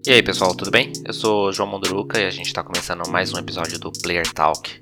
E aí pessoal, tudo bem? Eu sou o João Monduruca e a gente está começando mais um episódio do Player Talk.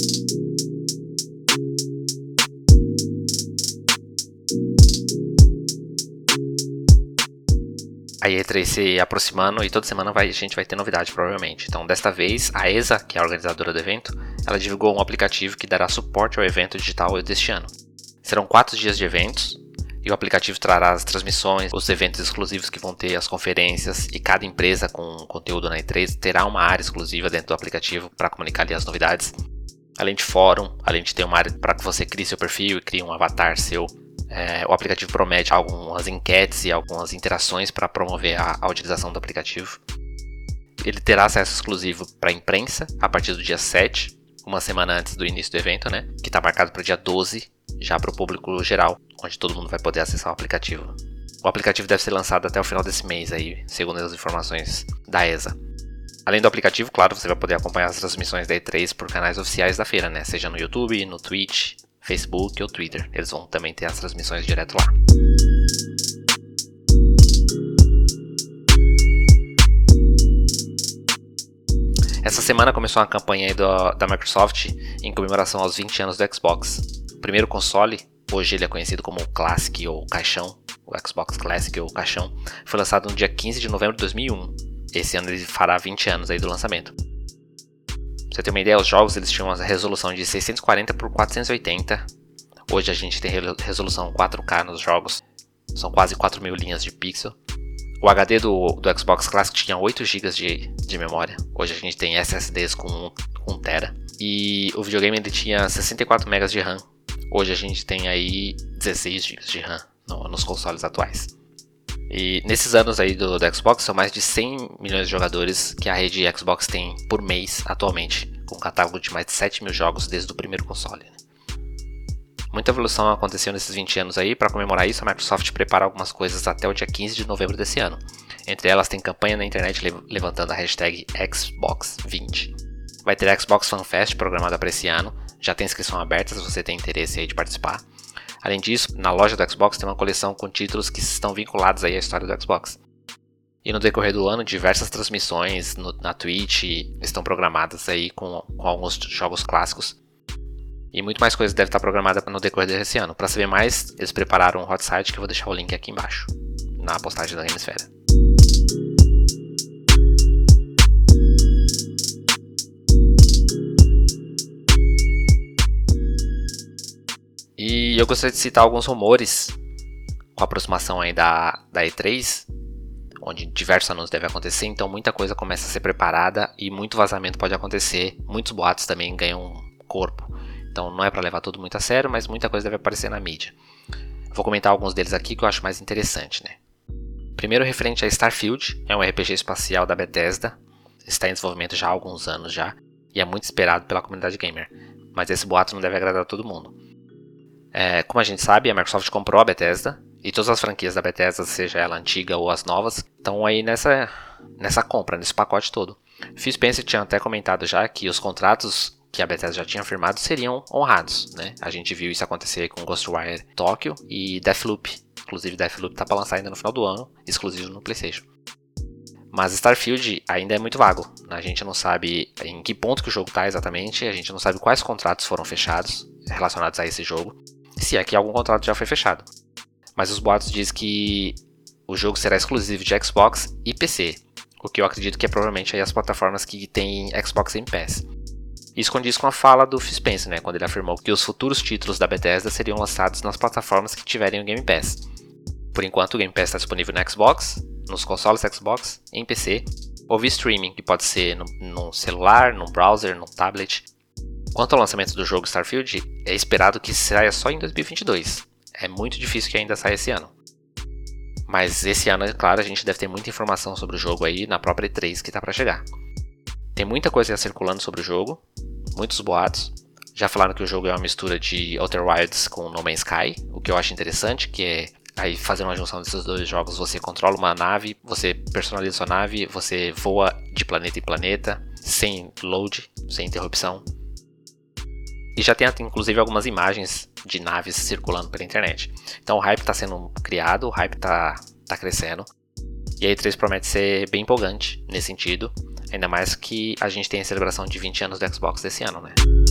A E3 se aproximando e toda semana a gente vai ter novidade provavelmente. Então desta vez a ESA, que é a organizadora do evento, ela divulgou um aplicativo que dará suporte ao evento digital deste ano. Serão 4 dias de eventos. E o aplicativo trará as transmissões, os eventos exclusivos que vão ter, as conferências, e cada empresa com conteúdo na E3 terá uma área exclusiva dentro do aplicativo para comunicar ali as novidades. Além de fórum, além de ter uma área para que você crie seu perfil e crie um avatar seu. O aplicativo promete algumas enquetes e algumas interações para promover a utilização do aplicativo. Ele terá acesso exclusivo para a imprensa a partir do dia 7, uma semana antes do início do evento, né? Que está marcado para o dia 12, já para o público geral, onde todo mundo vai poder acessar o aplicativo. O aplicativo deve ser lançado até o final desse mês, aí, segundo as informações da ESA. Além do aplicativo, claro, você vai poder acompanhar as transmissões da E3 por canais oficiais da feira, né? Seja no YouTube, no Twitch, Facebook ou Twitter. Eles vão também ter as transmissões direto lá. Essa semana começou uma campanha aí da Microsoft em comemoração aos 20 anos do Xbox. O primeiro console, hoje ele é conhecido como o Classic ou Caixão, o Xbox Classic ou Caixão, foi lançado no dia 15 de novembro de 2001. Esse ano ele fará 20 anos aí do lançamento. Pra você ter uma ideia, os jogos eles tinham uma resolução de 640 por 480. Hoje a gente tem resolução 4K nos jogos, são quase 4.000 linhas de pixel. O HD do Xbox Classic tinha 8 GB de memória. Hoje a gente tem SSDs com 1 TB. E o videogame ele tinha 64 MB de RAM. Hoje a gente tem aí 16 GB de RAM nos consoles atuais. E nesses anos aí do Xbox são mais de 100 milhões de jogadores que a rede Xbox tem por mês atualmente, com um catálogo de mais de 7 mil jogos desde o primeiro console. Muita evolução aconteceu nesses 20 anos aí. Para comemorar isso, a Microsoft prepara algumas coisas até o dia 15 de novembro desse ano. Entre elas tem campanha na internet levantando a hashtag Xbox20. Vai ter a Xbox Fan Fest programada para esse ano. Já tem inscrição aberta se você tem interesse aí de participar. Além disso, na loja do Xbox tem uma coleção com títulos que estão vinculados aí à história do Xbox. E no decorrer do ano, diversas transmissões na Twitch estão programadas aí com alguns jogos clássicos. E muito mais coisa deve estar programada no decorrer desse ano. Para saber mais, eles prepararam um hot site que eu vou deixar o link aqui embaixo, na postagem da Gamesfera. E eu gostaria de citar alguns rumores com a aproximação aí da E3, onde diversos anúncios devem acontecer, então muita coisa começa a ser preparada e muito vazamento pode acontecer, muitos boatos também ganham corpo. Então não é para levar tudo muito a sério, mas muita coisa deve aparecer na mídia. Vou comentar alguns deles aqui que eu acho mais interessante, né? Primeiro, referente a Starfield, é um RPG espacial da Bethesda, está em desenvolvimento já há alguns anos já, e é muito esperado pela comunidade gamer. Mas esse boato não deve agradar a todo mundo. Como a gente sabe, a Microsoft comprou a Bethesda, e todas as franquias da Bethesda, seja ela antiga ou as novas, estão aí nessa compra, nesse pacote todo. Phil Spencer tinha até comentado já que os contratos que a Bethesda já tinha firmado seriam honrados, né? A gente viu isso acontecer com Ghostwire Tokyo e Deathloop. Inclusive Deathloop tá para lançar ainda no final do ano, exclusivo no PlayStation. Mas Starfield ainda é muito vago. A gente não sabe em que ponto que o jogo tá exatamente, a gente não sabe quais contratos foram fechados relacionados a esse jogo, se é que algum contrato já foi fechado. Mas os boatos dizem que o jogo será exclusivo de Xbox e PC, o que eu acredito que é provavelmente aí as plataformas que têm Xbox Game Pass. Isso condiz com a fala do Phil Spencer, né, quando ele afirmou que os futuros títulos da Bethesda seriam lançados nas plataformas que tiverem o Game Pass. Por enquanto, o Game Pass está disponível no Xbox, nos consoles Xbox, em PC, ou via streaming, que pode ser no celular, no browser, no tablet. Quanto ao lançamento do jogo Starfield, é esperado que saia só em 2022. É muito difícil que ainda saia esse ano. Mas esse ano, é claro, a gente deve ter muita informação sobre o jogo aí na própria E3 que está para chegar. Tem muita coisa circulando sobre o jogo, muitos boatos. Já falaram que o jogo é uma mistura de Outer Wilds com No Man's Sky, o que eu acho interessante, que é aí fazer uma junção desses dois jogos. Você controla uma nave, você personaliza sua nave, você voa de planeta em planeta, sem load, sem interrupção. E já tem inclusive algumas imagens de naves circulando pela internet. Então o hype está sendo criado, o hype está crescendo. E a E3 promete ser bem empolgante nesse sentido, ainda mais que a gente tem a celebração de 20 anos do Xbox desse ano, né?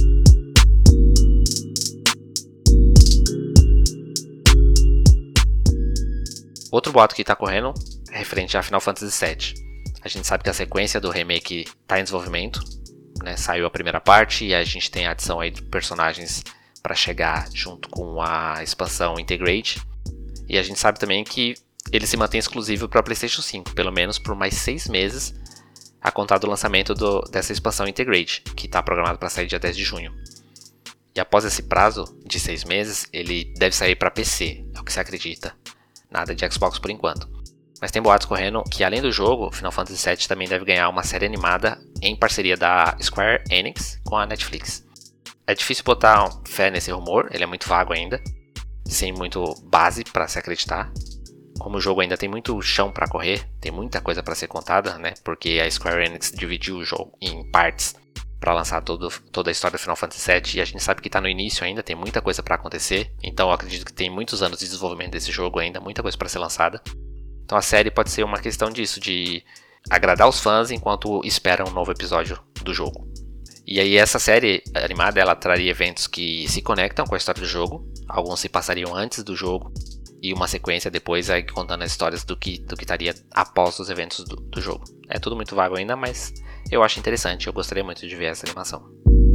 Outro boato que tá correndo é referente a Final Fantasy VII. A gente sabe que a sequência do remake tá em desenvolvimento, né? Saiu a primeira parte e a gente tem a adição aí de personagens para chegar junto com a expansão Integrate. E a gente sabe também que ele se mantém exclusivo para PlayStation 5, pelo menos por mais 6 meses, a contar do lançamento dessa expansão Integrate, que está programado para sair dia 10 de junho. E após esse prazo de 6 meses, ele deve sair para PC, é o que se acredita. Nada de Xbox por enquanto. Mas tem boatos correndo que, além do jogo, Final Fantasy VII também deve ganhar uma série animada em parceria da Square Enix com a Netflix. É difícil botar fé nesse rumor, ele é muito vago ainda, sem muito base para se acreditar. Como o jogo ainda tem muito chão para correr, tem muita coisa para ser contada, né? Porque a Square Enix dividiu o jogo em partes para lançar toda a história do Final Fantasy VII, e a gente sabe que está no início ainda, tem muita coisa para acontecer. Então eu acredito que tem muitos anos de desenvolvimento desse jogo ainda, muita coisa para ser lançada. Então a série pode ser uma questão disso, de agradar os fãs enquanto esperam um novo episódio do jogo. E aí essa série animada, ela traria eventos que se conectam com a história do jogo. Alguns se passariam antes do jogo e uma sequência depois aí contando as histórias do que estaria após os eventos do jogo. É tudo muito vago ainda, mas eu acho interessante, eu gostaria muito de ver essa animação.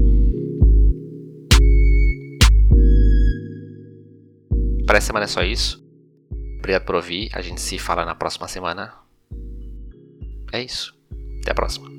Para essa semana é só isso. Obrigado por ouvir, a gente se fala na próxima semana. É isso, até a próxima.